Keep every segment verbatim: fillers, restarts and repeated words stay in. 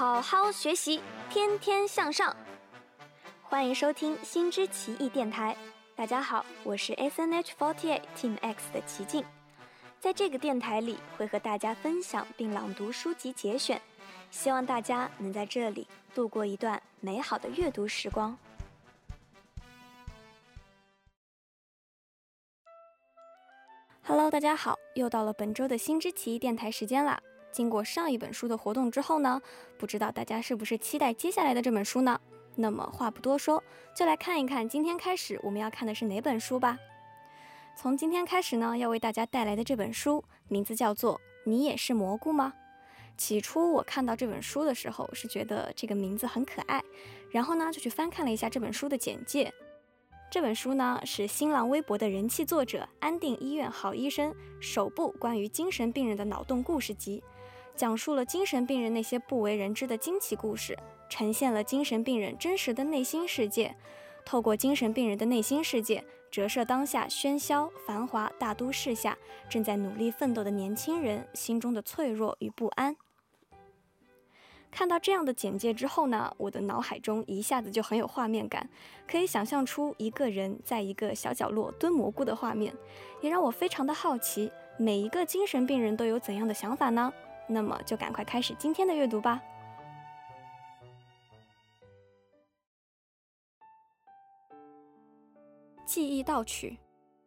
好好学习，天天向上。欢迎收听新知奇艺电台。大家好，我是 S N H 四十八 Team X 的齐静。在这个电台里，会和大家分享并朗读书籍节选，希望大家能在这里度过一段美好的阅读时光。Hello， 大家好，又到了本周的新知奇艺电台时间啦。经过上一本书的活动之后呢，不知道大家是不是期待接下来的这本书呢？那么话不多说，就来看一看今天开始我们要看的是哪本书吧。从今天开始呢，要为大家带来的这本书名字叫做《你也是蘑菇吗》。起初我看到这本书的时候是觉得这个名字很可爱，然后呢就去翻看了一下这本书的简介。这本书呢是新浪微博的人气作者安定医院好医生首部关于精神病人的脑洞故事集，讲述了精神病人那些不为人知的惊奇故事，呈现了精神病人真实的内心世界，透过精神病人的内心世界，折射当下喧嚣繁华大都市下正在努力奋斗的年轻人心中的脆弱与不安。看到这样的简介之后呢，我的脑海中一下子就很有画面感，可以想象出一个人在一个小角落蹲蘑菇的画面，也让我非常的好奇，每一个精神病人都有怎样的想法呢？那么就赶快开始今天的阅读吧。记忆盗取。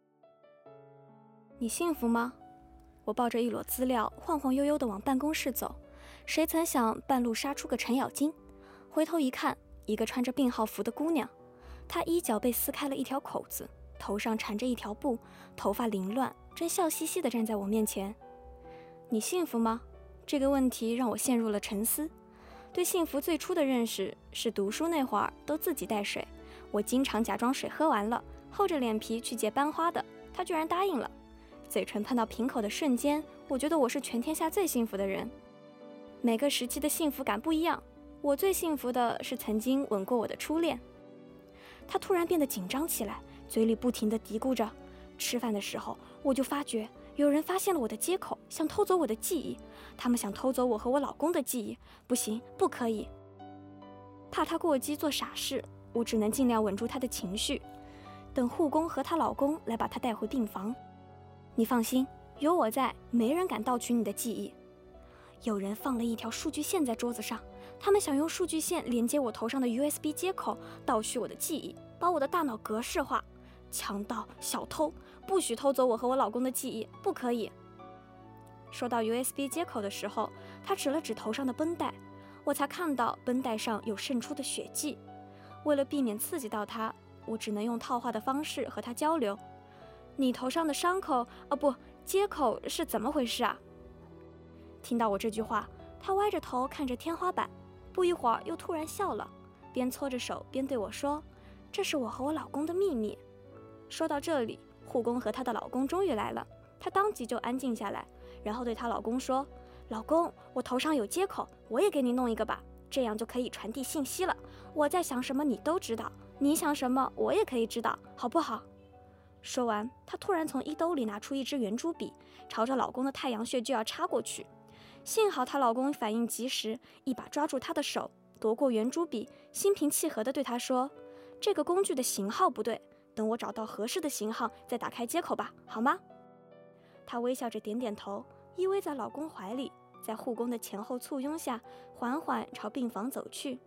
你幸福吗？我抱着一摞资料晃晃悠悠地往办公室走，谁曾想半路杀出个程咬金，回头一看，一个穿着病号服的姑娘，她衣角被撕开了一条口子，头上缠着一条布，头发凌乱，正笑嘻嘻地站在我面前。你幸福吗？这个问题让我陷入了沉思。对幸福最初的认识是读书那会儿都自己带水，我经常假装水喝完了，厚着脸皮去借班花的，他居然答应了。嘴唇碰到瓶口的瞬间，我觉得我是全天下最幸福的人。每个时期的幸福感不一样，我最幸福的是曾经吻过我的初恋。他突然变得紧张起来，嘴里不停地嘀咕着。吃饭的时候，我就发觉有人发现了我的接口，想偷走我的记忆。他们想偷走我和我老公的记忆，不行，不可以。怕他过激做傻事，我只能尽量稳住他的情绪，等护工和她老公来把他带回病房。你放心，有我在，没人敢盗取你的记忆。有人放了一条数据线在桌子上，他们想用数据线连接我头上的 U S B 接口，盗取我的记忆，把我的大脑格式化。强盗、小偷，不许偷走我和我老公的记忆，不可以。说到 U S B 接口的时候，他指了指头上的绷带，我才看到绷带上有渗出的血迹。为了避免刺激到他，我只能用套话的方式和他交流。你头上的伤口，哦不，接口是怎么回事啊？听到我这句话，他歪着头看着天花板，不一会儿又突然笑了，边搓着手边对我说：“这是我和我老公的秘密。”说到这里，护工和她的老公终于来了，她当即就安静下来，然后对她老公说：“老公，我头上有接口，我也给你弄一个吧，这样就可以传递信息了。我在想什么你都知道，你想什么我也可以知道，好不好？”说完，她突然从衣兜里拿出一支圆珠笔，朝着老公的太阳穴就要插过去。幸好她老公反应及时，一把抓住她的手，夺过圆珠笔，心平气和地对她说：“这个工具的型号不对，等我找到合适的型号再打开接口吧，好吗？”她微笑着点点头，依偎在老公怀里，在护工的前后簇拥下，缓缓朝病房走去。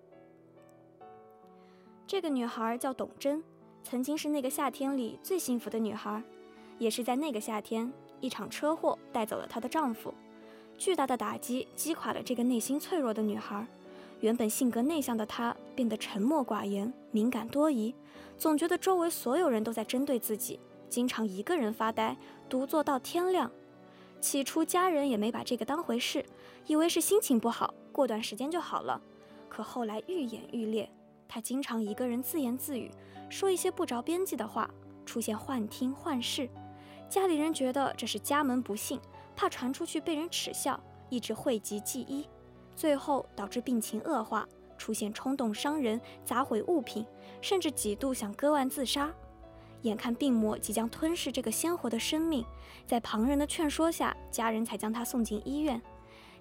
这个女孩叫董贞，曾经是那个夏天里最幸福的女孩，也是在那个夏天，一场车祸带走了她的丈夫。巨大的打击击垮了这个内心脆弱的女孩，原本性格内向的她变得沉默寡言，敏感多疑，总觉得周围所有人都在针对自己，经常一个人发呆，独坐到天亮。起初家人也没把这个当回事，以为是心情不好，过段时间就好了。可后来愈演愈烈，她经常一个人自言自语，说一些不着边际的话，出现幻听幻视。家里人觉得这是家门不幸，怕传出去被人耻笑，一直讳疾忌医，最后导致病情恶化，出现冲动伤人、砸毁物品，甚至几度想割腕自杀。眼看病魔即将吞噬这个鲜活的生命，在旁人的劝说下，家人才将他送进医院。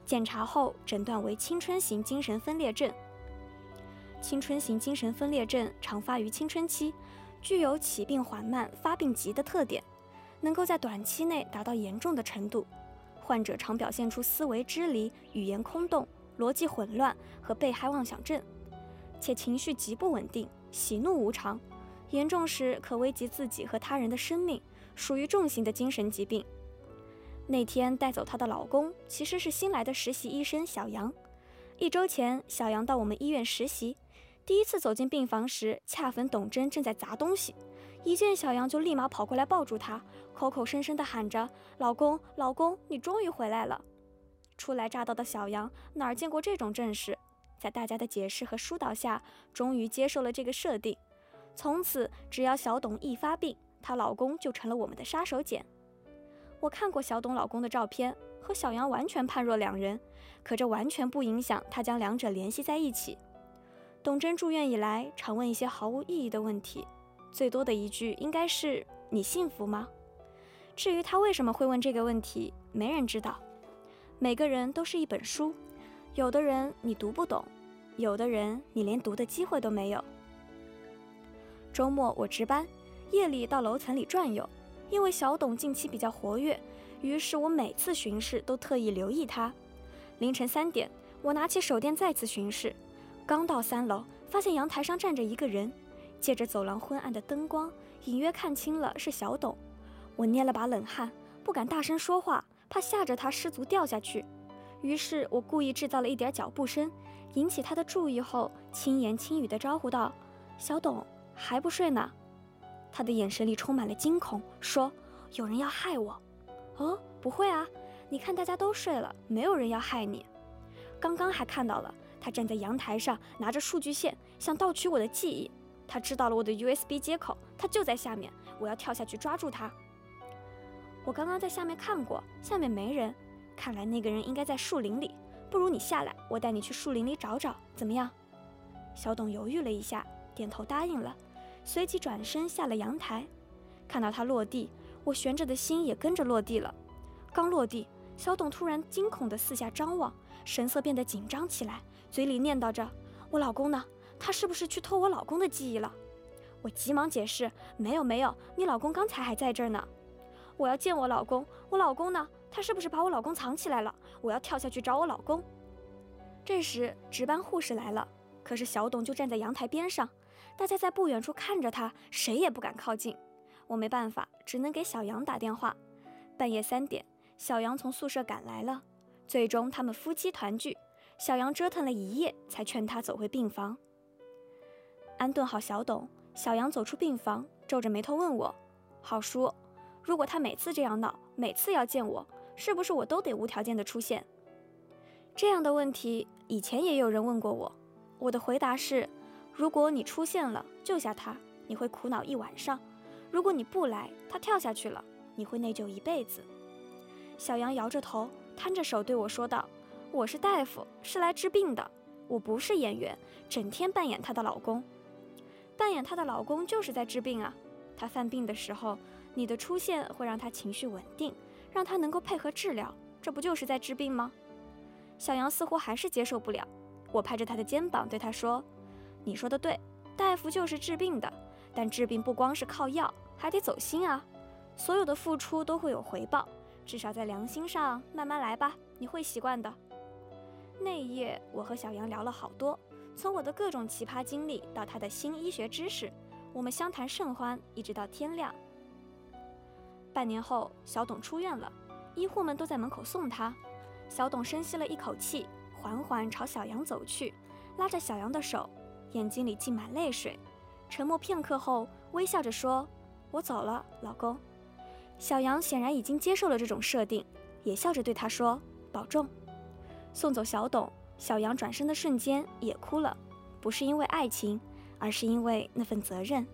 检查后诊断为青春型精神分裂症。青春型精神分裂症常发于青春期，具有起病缓慢、发病急的特点，能够在短期内达到严重的程度。患者常表现出思维支离、语言空洞、逻辑混乱和被害妄想症，且情绪极不稳定，喜怒无常，严重时可危及自己和他人的生命，属于重型的精神疾病。那天带走她的老公其实是新来的实习医生小杨。一周前，小杨到我们医院实习，第一次走进病房时，恰逢董贞正在砸东西，一见小杨就立马跑过来抱住她，口口声声地喊着：“老公，老公，你终于回来了！”初来乍到的小杨哪儿见过这种阵势，在大家的解释和疏导下，终于接受了这个设定。从此，只要小董一发病，她老公就成了我们的杀手锏。我看过小董老公的照片，和小杨完全判若两人，可这完全不影响他将两者联系在一起。董贞住院以来，常问一些毫无意义的问题，最多的一句应该是“你幸福吗？”至于他为什么会问这个问题，没人知道。每个人都是一本书，有的人你读不懂，有的人你连读的机会都没有。周末我值班，夜里到楼层里转悠，因为小董近期比较活跃，于是我每次巡视都特意留意他。凌晨三点，我拿起手电再次巡视，刚到三楼，发现阳台上站着一个人，借着走廊昏暗的灯光，隐约看清了是小董。我捏了把冷汗，不敢大声说话，怕吓着他失足掉下去。于是我故意制造了一点脚步声，引起他的注意后，轻言轻语地招呼道：“小董，还不睡呢？”他的眼神里充满了惊恐，说：“有人要害我。”“哦，不会啊，你看大家都睡了，没有人要害你。”刚刚还看到了他站在阳台上，拿着数据线想盗取我的记忆。他知道了我的 U S B 接口，他就在下面，我要跳下去抓住他。我刚刚在下面看过，下面没人，看来那个人应该在树林里，不如你下来，我带你去树林里找找，怎么样？小董犹豫了一下，点头答应了，随即转身下了阳台。看到他落地，我悬着的心也跟着落地了。刚落地，小董突然惊恐地四下张望，神色变得紧张起来，嘴里念叨着：“我老公呢？他是不是去偷我老公的记忆了？”我急忙解释：“没有没有，你老公刚才还在这儿呢。”我要见我老公，我老公呢？他是不是把我老公藏起来了？我要跳下去找我老公。这时值班护士来了，可是小董就站在阳台边上，大家在不远处看着他，谁也不敢靠近。我没办法，只能给小杨打电话。半夜三点，小杨从宿舍赶来了，最终他们夫妻团聚。小杨折腾了一夜，才劝他走回病房。安顿好小董，小杨走出病房，皱着眉头问我：“郝叔，如果他每次这样闹，每次要见我，是不是我都得无条件的出现？”这样的问题以前也有人问过我，我的回答是：如果你出现了救下他，你会苦恼一晚上；如果你不来，他跳下去了，你会内疚一辈子。小杨摇着头，摊着手对我说道：“我是大夫，是来治病的，我不是演员，整天扮演她的老公。扮演她的老公就是在治病啊。她犯病的时候，你的出现会让她情绪稳定，让她能够配合治疗，这不就是在治病吗？”小杨似乎还是接受不了，我拍着他的肩膀对他说：“你说的对，大夫就是治病的，但治病不光是靠药，还得走心啊。所有的付出都会有回报，至少在良心上慢慢来吧，你会习惯的。”那一夜，我和小杨聊了好多，从我的各种奇葩经历到他的新医学知识，我们相谈甚欢，一直到天亮。半年后，小董出院了，医护们都在门口送他。小董深吸了一口气，缓缓朝小杨走去，拉着小杨的手，眼睛里浸满泪水。沉默片刻后，微笑着说：“我走了，老公。”小杨显然已经接受了这种设定，也笑着对他说：“保重。”送走小董，小杨转身的瞬间也哭了，不是因为爱情，而是因为那份责任。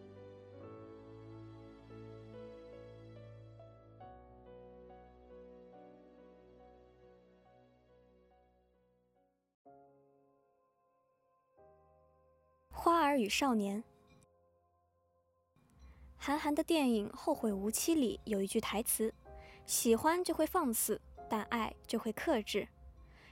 花儿与少年。韩寒的电影《后会无期》里有一句台词：“喜欢就会放肆，但爱就会克制。”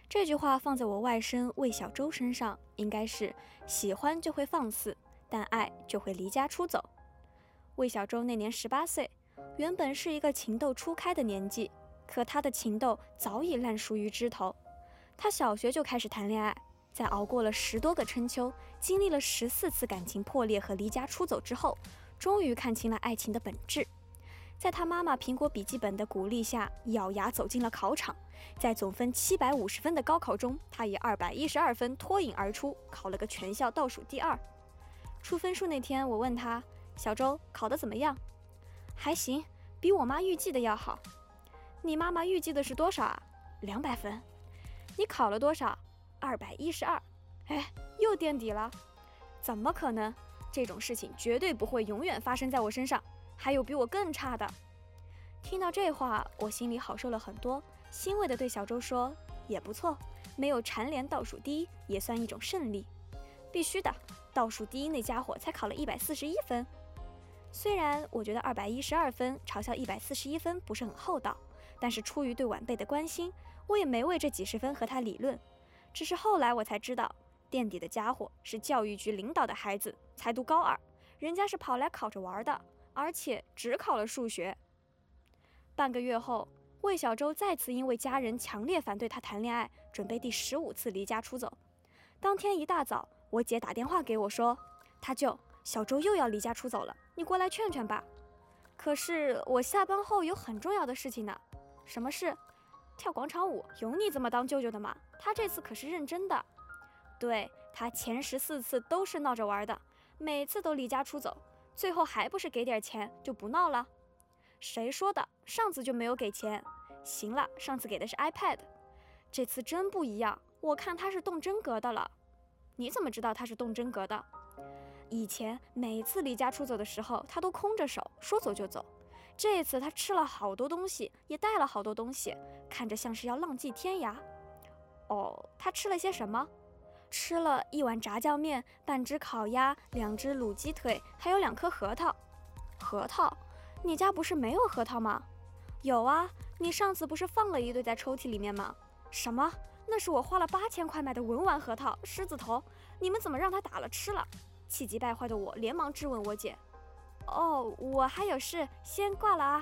这句话放在我外甥魏小周身上，应该是喜欢就会放肆，但爱就会离家出走。魏小周那年十八岁，原本是一个情窦初开的年纪，可他的情窦早已烂熟于枝头。他小学就开始谈恋爱，在熬过了十多个春秋，经历了十四次感情破裂和离家出走之后，终于看清了爱情的本质。在他妈妈苹果笔记本的鼓励下，咬牙走进了考场。在总分七百五十分的高考中，他以二百一十二分脱颖而出，考了个全校倒数第二。出分数那天，我问他：“小周，考得怎么样？”“还行，比我妈预计的要好。”“你妈妈预计的是多少啊？”“两百分。”“你考了多少？”“二百一十二。”“哎，又垫底了。”“怎么可能？这种事情绝对不会永远发生在我身上。还有比我更差的。”听到这话，我心里好受了很多，欣慰地对小周说：“也不错，没有蝉联倒数第一也算一种胜利。”“必须的，倒数第一那家伙才考了一百四十一分。”虽然我觉得二百一十二分嘲笑一百四十一分不是很厚道，但是出于对晚辈的关心，我也没为这几十分和他理论。只是后来我才知道，垫底的家伙是教育局领导的孩子，才读高二，人家是跑来考着玩的，而且只考了数学。半个月后，魏小周再次因为家人强烈反对他谈恋爱，准备第十五次离家出走。当天一大早，我姐打电话给我说：“他舅，小周又要离家出走了，你过来劝劝吧。”可是我下班后有很重要的事情呢。什么事？跳广场舞，有你这么当舅舅的吗？他这次可是认真的。对，他前十四次都是闹着玩的，每次都离家出走。最后还不是给点钱就不闹了？谁说的？上次就没有给钱。行了，上次给的是 iPad， 这次真不一样，我看他是动真格的了。你怎么知道他是动真格的？以前每次离家出走的时候，他都空着手，说走就走。这次他吃了好多东西，也带了好多东西，看着像是要浪迹天涯。哦，他吃了些什么？吃了一碗炸酱面，半只烤鸭，两只卤鸡腿，还有两颗核桃。核桃？你家不是没有核桃吗？有啊，你上次不是放了一堆在抽屉里面吗？什么？那是我花了八千块买的文玩核桃，狮子头，你们怎么让他打了吃了？气急败坏的我连忙质问我姐。哦，我还有事，先挂了啊。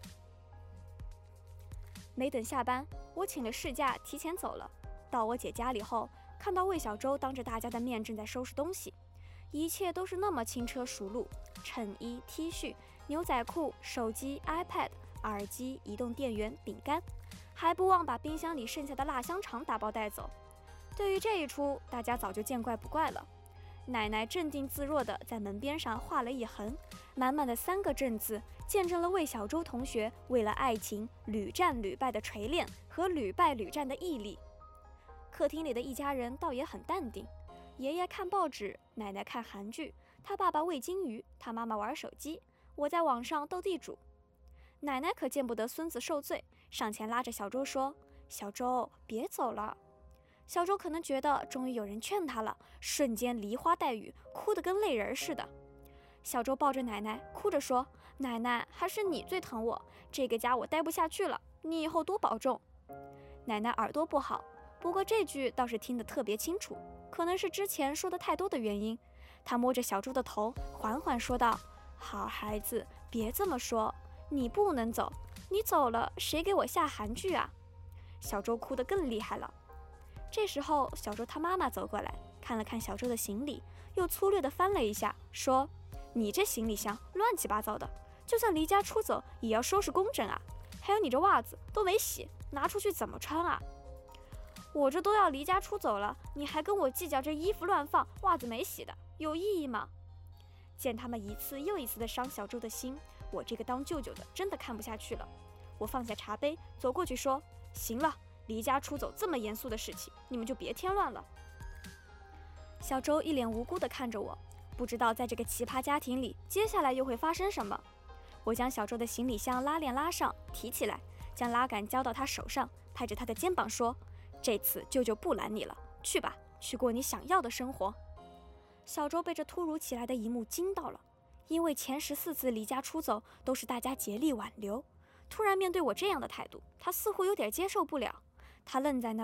没等下班，我请了事假提前走了。到我姐家里后，看到魏小周当着大家的面正在收拾东西，一切都是那么轻车熟路，衬衣、T 恤、牛仔裤、手机、iPad、耳机、移动电源、饼干，还不忘把冰箱里剩下的辣香肠打包带走。对于这一出，大家早就见怪不怪了。奶奶镇定自若地在门边上画了一横，满满的三个正字，见证了魏小周同学为了爱情屡战屡败的锤炼和屡败屡战的毅力。客厅里的一家人倒也很淡定，爷爷看报纸，奶奶看韩剧，他爸爸喂金鱼，他妈妈玩手机，我在网上斗地主。奶奶可见不得孙子受罪，上前拉着小周说：“小周，别走了。”小周可能觉得终于有人劝他了，瞬间梨花带雨，哭得跟泪人似的。小周抱着奶奶，哭着说：“奶奶，还是你最疼我，这个家我待不下去了，你以后多保重。”奶奶耳朵不好，不过这句倒是听得特别清楚，可能是之前说的太多的原因。她摸着小周的头，缓缓说道：“好孩子，别这么说，你不能走，你走了，谁给我下韩剧啊？”小周哭得更厉害了。这时候，小周他妈妈走过来，看了看小周的行李，又粗略地翻了一下，说：“你这行李箱乱七八糟的，就算离家出走也要收拾工整啊！还有你这袜子都没洗，拿出去怎么穿啊？我这都要离家出走了，你还跟我计较这衣服乱放，袜子没洗的，有意义吗？”见他们一次又一次地伤小周的心，我这个当舅舅的真的看不下去了。我放下茶杯，走过去说：“行了，离家出走这么严肃的事情，你们就别添乱了。”小周一脸无辜地看着我，不知道在这个奇葩家庭里，接下来又会发生什么。我将小周的行李箱拉链拉上，提起来，将拉杆交到他手上，拍着他的肩膀说：“这次舅舅不拦你了，去吧，去过你想要的生活。”小周被这突如其来的一幕惊到了，因为前十四次离家出走都是大家竭力挽留，突然面对我这样的态度，他似乎有点接受不了。他愣在那里，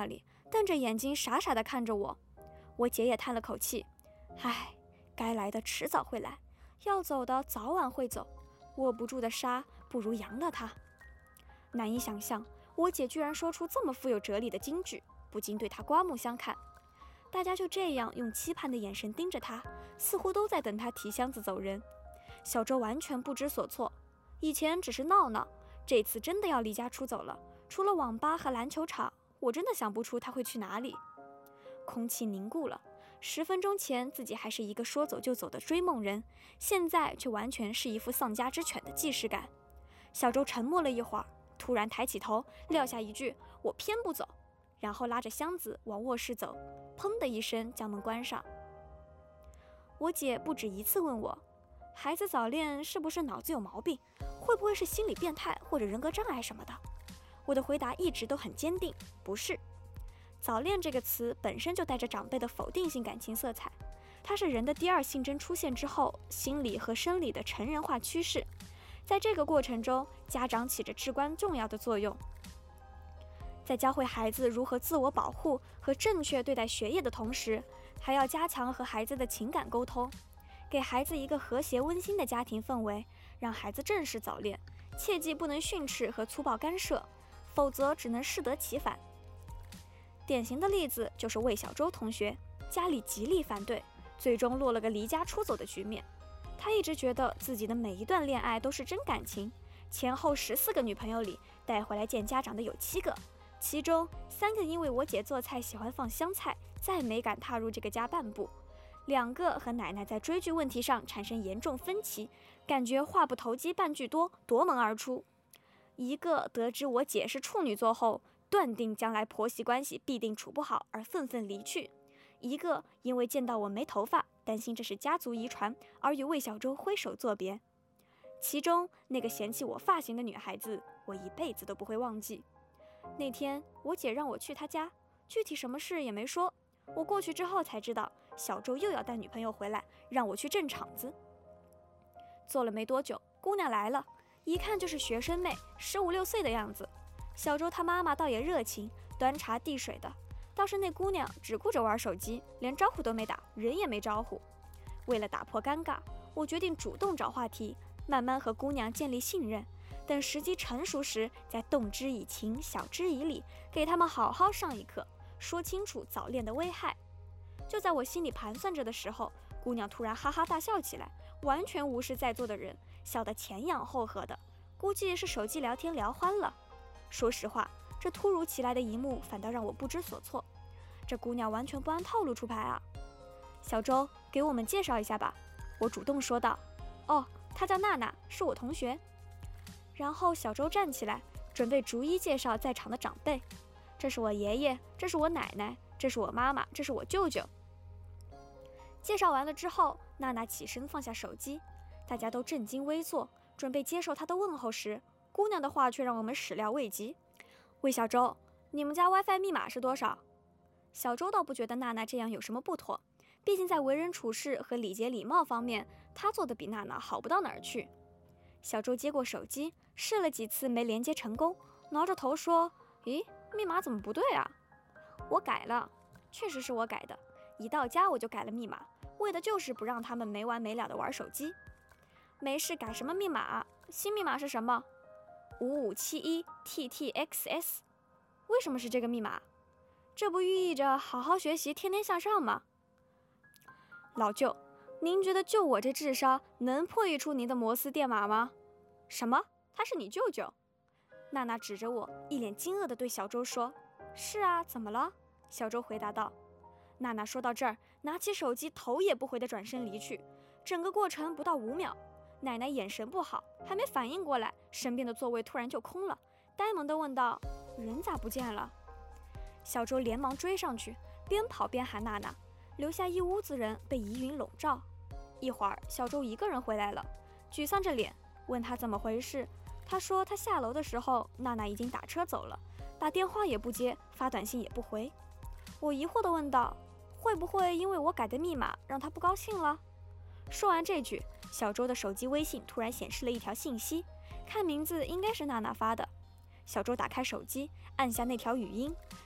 瞪着眼睛傻傻地看着我。我姐也叹了口气，唉，该来的迟早会来，要走的早晚会走，握不住的沙不如扬了它。难以想象，我姐居然说出这么富有哲理的金句，不禁对她刮目相看。大家就这样用期盼的眼神盯着她，似乎都在等她提箱子走人。小周完全不知所措，以前只是闹闹，这次真的要离家出走了。除了网吧和篮球场，我真的想不出他会去哪里。空气凝固了，十分钟前自己还是一个说走就走的追梦人，现在却完全是一副丧家之犬的既视感。小周沉默了一会儿，突然抬起头，撂下一句“我偏不走”，然后拉着箱子往卧室走，砰的一声将门关上。我姐不止一次问我，孩子早恋是不是脑子有毛病，会不会是心理变态或者人格障碍什么的？我的回答一直都很坚定，不是。早恋这个词本身就带着长辈的否定性感情色彩，它是人的第二性征出现之后，心理和生理的成人化趋势。在这个过程中，家长起着至关重要的作用。在教会孩子如何自我保护和正确对待学业的同时，还要加强和孩子的情感沟通，给孩子一个和谐温馨的家庭氛围，让孩子正视早恋，切记不能训斥和粗暴干涉，否则只能适得其反。典型的例子就是魏小周同学，家里极力反对，最终落了个离家出走的局面。他一直觉得自己的每一段恋爱都是真感情，前后十四个女朋友里带回来见家长的有七个，其中三个因为我姐做菜喜欢放香菜，再没敢踏入这个家半步；两个和奶奶在追剧问题上产生严重分歧，感觉话不投机半句多，夺门而出；一个得知我姐是处女座后，断定将来婆媳关系必定处不好而愤愤离去；一个因为见到我没头发，担心这是家族遗传，而与魏小周挥手作别。其中那个嫌弃我发型的女孩子，我一辈子都不会忘记。那天我姐让我去她家，具体什么事也没说。我过去之后才知道，小周又要带女朋友回来，让我去镇场子。坐了没多久，姑娘来了，一看就是学生妹，十五六岁的样子。小周他妈妈倒也热情，端茶递水的，倒是那姑娘只顾着玩手机，连招呼都没打，人也没招呼。为了打破尴尬，我决定主动找话题，慢慢和姑娘建立信任，等时机成熟时再动之以情，晓之以理，给他们好好上一课，说清楚早恋的危害。就在我心里盘算着的时候，姑娘突然哈哈大笑起来，完全无视在座的人，笑得前仰后合的，估计是手机聊天聊欢了。说实话，这突如其来的一幕反倒让我不知所措，这姑娘完全不按套路出牌啊！小周，给我们介绍一下吧，我主动说道。哦，她叫娜娜，是我同学。然后小周站起来，准备逐一介绍在场的长辈。这是我爷爷，这是我奶奶，这是我妈妈，这是我舅舅。介绍完了之后，娜娜起身放下手机，大家都正襟危坐，准备接受她的问候时，姑娘的话却让我们始料未及。魏小周，你们家 WiFi 密码是多少？小周倒不觉得娜娜这样有什么不妥，毕竟在为人处事和礼节礼貌方面，她做的比娜娜好不到哪儿去。小周接过手机，试了几次没连接成功，挠着头说：“咦，密码怎么不对啊？”我改了，确实是我改的，一到家我就改了密码，为的就是不让他们没完没了的玩手机。没事改什么密码？新密码是什么？五五七一 T T X S， 为什么是这个密码？这不寓意着好好学习，天天向上吗？老舅，您觉得就我这智商能破译出您的摩斯电码吗？什么？他是你舅舅？娜娜指着我，一脸惊愕地对小周说：“是啊，怎么了？”小周回答道。娜娜说到这儿，拿起手机，头也不回地转身离去。整个过程不到五秒。奶奶眼神不好，还没反应过来，身边的座位突然就空了，呆萌地问道：“人咋不见了？”小周连忙追上去，边跑边喊娜娜，留下一屋子人被疑云笼罩。一会儿，小周一个人回来了，沮丧着脸，问他怎么回事。他说他下楼的时候，娜娜已经打车走了，打电话也不接，发短信也不回。我疑惑地问道：“会不会因为我改的密码让他不高兴了？”说完这句，小周的手机微信突然显示了一条信息，看名字应该是娜娜发的。小周打开手机，按下那条语音，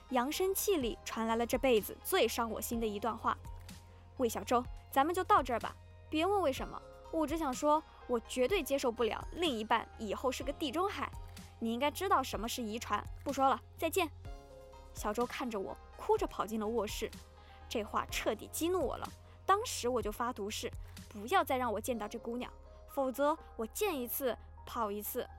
扬声器里传来了这辈子最伤我心的一段话：魏小周，咱们就到这儿吧，别问为什么，我只想说，我绝对接受不了另一半以后是个地中海。你应该知道什么是遗传。不说了，再见。小周看着我，哭着跑进了卧室。这话彻底激怒我了，当时我就发毒誓，不要再让我见到这姑娘，否则我见一次跑一次。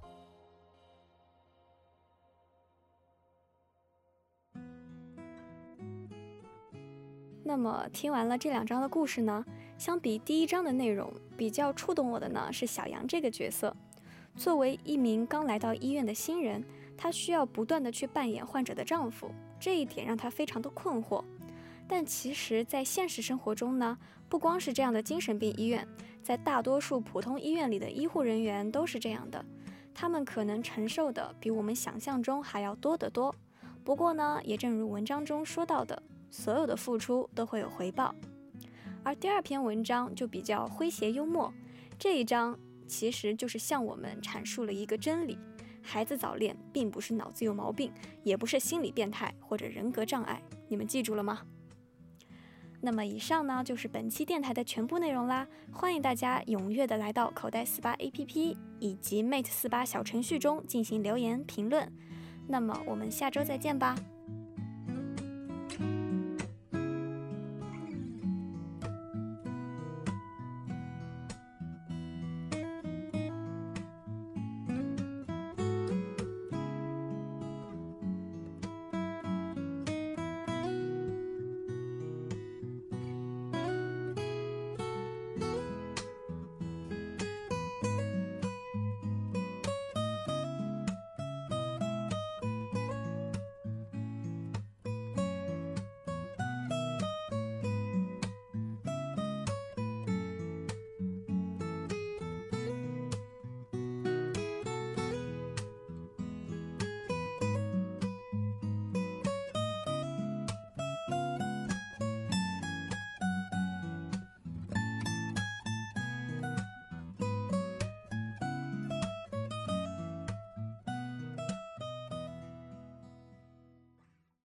那么听完了这两章的故事呢，相比第一章的内容，比较触动我的呢是小杨这个角色。作为一名刚来到医院的新人，她需要不断的去扮演患者的丈夫，这一点让她非常的困惑。但其实在现实生活中呢，不光是这样的精神病医院，在大多数普通医院里的医护人员都是这样的，他们可能承受的比我们想象中还要多得多。不过呢，也正如文章中说到的，所有的付出都会有回报。而第二篇文章就比较诙谐幽默，这一章其实就是向我们阐述了一个真理：孩子早恋并不是脑子有毛病，也不是心理变态或者人格障碍，你们记住了吗？那么以上呢就是本期电台的全部内容啦，欢迎大家踊跃的来到口袋四八 A P P 以及 Mate 四八小程序中进行留言评论。那么我们下周再见吧。